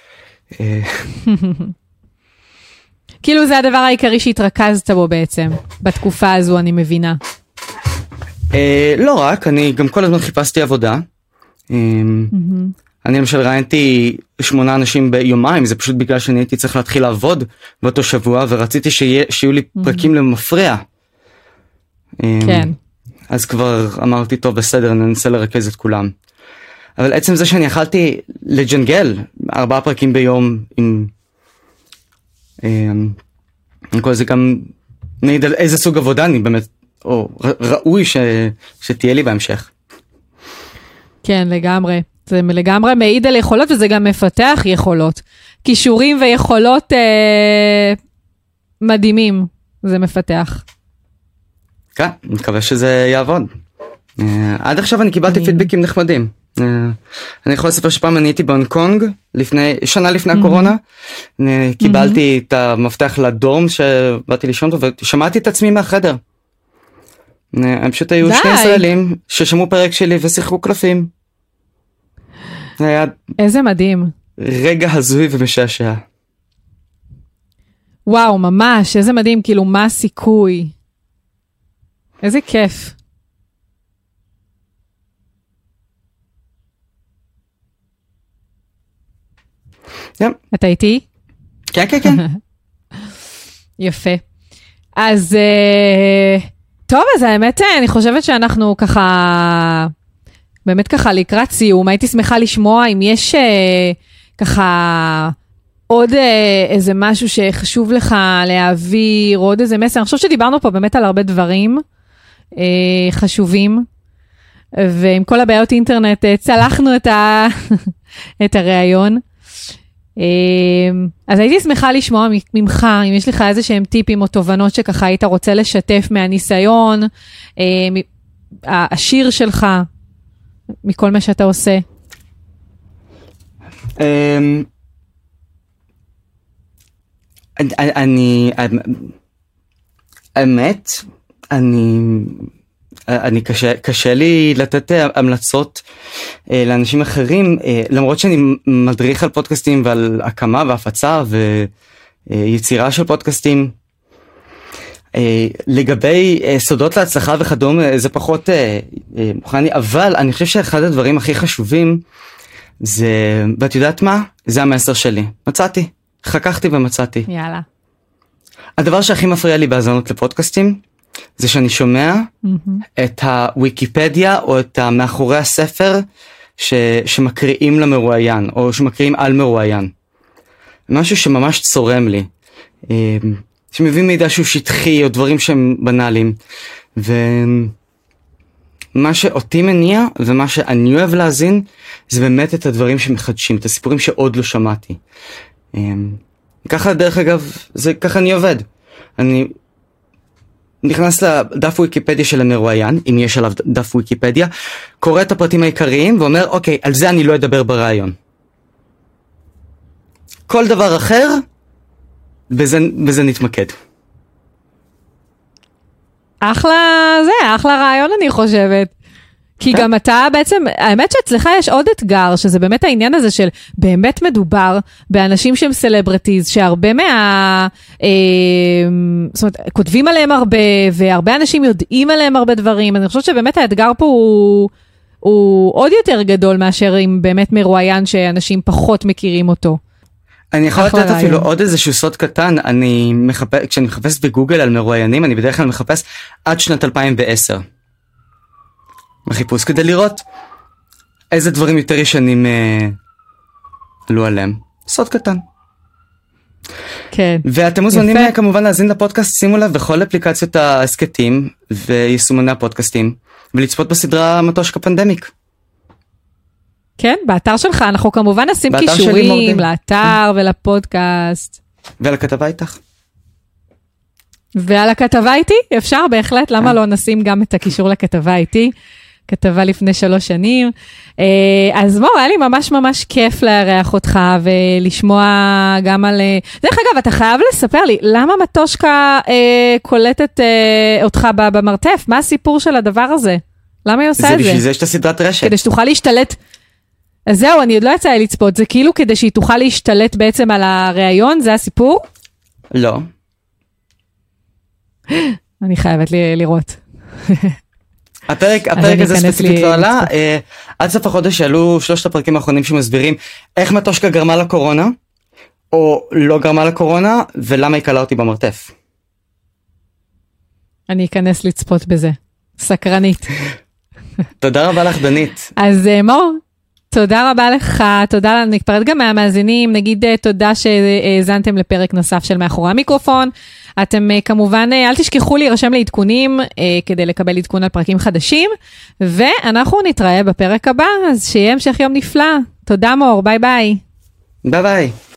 כאילו זה הדבר העיקרי שהתרכזת בו בעצם, בתקופה הזו אני מבינה. לא רק, אני גם כל הזמן חיפשתי עבודה. אני למשל ראיינתי שמונה אנשים ביומיים, זה פשוט בגלל שאני הייתי צריך להתחיל לעבוד באותו שבוע, ורציתי שיהיו לי פרקים למפריע. כן. אז כבר אמרתי, טוב, בסדר, אני אנסה לרכז את כולם. אבל עצם זה שאני יכלתי לג'נגל ארבעה פרקים ביום, עם, עם כל זה גם נעיד על איזה סוג עבודה אני באמת, או ראוי ש, שתהיה לי בהמשך. כן, לגמרי. זה לגמרי מעיד על יכולות, וזה גם מפתח יכולות. כישורים ויכולות אה, מדהימים, זה מפתח. כן, אני מקווה שזה יעבוד. Uh, עד עכשיו אני קיבלתי אני... פידבקים נחמדים. Uh, אני יכול לספר שפעם אני הייתי בהונג קונג, לפני, שנה לפני mm-hmm. הקורונה, uh, קיבלתי mm-hmm. את המפתח לדורם שבאתי לישון אותו, ושמעתי את עצמי מהחדר. Uh, הם פשוט היו די. שני ישראלים ששמעו פרק שלי ושיחקו קלפים. היה... איזה מדהים. רגע הזוי ומשעשע. וואו, ממש, איזה מדהים, כאילו מה הסיכוי? איזה כיף. כן. אתה איתי? כן, כן, כן. יפה. אז, טוב, אז האמת, אני חושבת שאנחנו ככה, באמת ככה לקראת סיום, הייתי שמחה לשמוע אם יש ככה עוד איזה משהו שחשוב לך להעביר, עוד איזה מסר. אני חושבת שדיברנו פה באמת על הרבה דברים, חשובים, ועם כל הבעיות אינטרנט צלחנו את, ה... את הרעיון. אז הייתי שמחה לשמוע ממך, אם יש לך איזה שהם טיפים או תובנות שככה היית רוצה לשתף מהניסיון, השיר שלך, מכל מה שאתה עושה. אני, האמת, אני, אני קשה, קשה לי לתת המלצות לאנשים אחרים, למרות שאני מדריך על פודקאסטים ועל הקמה והפצה ויצירה של פודקאסטים. לגבי סודות להצלחה וכדומה, זה פחות מוכני, אבל אני חושב שאחד הדברים הכי חשובים זה, ואת יודעת מה? זה המסר שלי. מצאתי, חככתי ומצאתי. יאללה. הדבר שהכי מפריע לי בהאזנות לפודקאסטים, זה שאני שומע mm-hmm. את הוויקיפדיה או את מאחורי הספר ש, שמקריאים למרואיין, או שמקריאים על מרואיין. משהו שממש צורם לי. שמביא מידע שהוא שטחי, או דברים שהם בנאליים. ומה שאותי מניע, ומה שאני אוהב להזין, זה באמת את הדברים שמחדשים, את הסיפורים שעוד לא שמעתי. ככה דרך אגב, זה ככה אני עובד. אני נכנס לדף וויקיפדיה של המרואיין, אם יש עליו דף וויקיפדיה, קורא את הפרטים העיקריים ואומר, אוקיי, על זה אני לא אדבר ברעיון. כל דבר אחר, בזה, בזה נתמקד. אחלה, זה, אחלה רעיון אני חושבת. כי גם אתה בעצם, האמת שאצלך יש עוד אתגר, שזה באמת העניין הזה של באמת מדובר באנשים שהם סלבריטיז, שהרבה מה, אה, זאת אומרת, כותבים עליהם הרבה, והרבה אנשים יודעים עליהם הרבה דברים, אני חושבת שבאמת האתגר פה הוא, הוא עוד יותר גדול מאשר אם באמת מרואיין שאנשים פחות מכירים אותו. אני יכול לתת אפילו עוד איזשהו סוד קטן, אני מחפש, כשאני מחפש בגוגל על מרואיינים, אני בדרך כלל מחפש עד שנת אלפיים ועשר. בחיפוש, כדי לראות איזה דברים יותר ישנים אה, עלו עליהם. סוד קטן. כן. ואתם מוזמנים כמובן להזין לפודקאסט, שימו לב בכל אפליקציות העסקתים ויישומני הפודקאסטים, ולצפות בסדרה מטושקה פנדמיק. כן, באתר שלך אנחנו כמובן נשים קישורים לאתר ולפודקאסט. ועל הכתבה איתך. ועל הכתבה איתי, אפשר בהחלט, למה לא נשים גם את הקישור לכתבה איתי, כתבה לפני שלוש שנים. אז בואו, היה לי ממש ממש כיף לארח אותך, ולשמוע גם על... דרך אגב, אתה חייב לספר לי, למה מטושקה אה, קולטת אה, אותך במרתף? מה הסיפור של הדבר הזה? למה היא עושה את זה? זה בשביל זה יש את הסדרת רשת. כדי שתוכל להשתלט... אז זהו, אני עוד לא יצאה לצפות, זה כאילו כדי שהיא תוכל להשתלט בעצם על הרעיון, זה הסיפור? לא. אני חייבת לי, לראות. הפרק, הפרק הזה ספציפית לא עלה, עד סוף החודש שעלו שלושת הפרקים האחרונים שמסבירים איך מטושקה גרמה לקורונה, או לא גרמה לקורונה, ולמה היא קלה אותי במרתף. אני אכנס לצפות בזה, סקרנית. תודה רבה לך דנית. אז מור, תודה רבה לך, תודה, נתפרד גם מהמאזינים, נגיד תודה שהזנתם לפרק נוסף של מאחורי המיקרופון, אתם כמובן, אל תשכחו להירשם לעדכונים, כדי לקבל עדכון על פרקים חדשים, ואנחנו נתראה בפרק הבא, אז שיהיה המשך יום נפלא, תודה מור, ביי ביי. ביי ביי.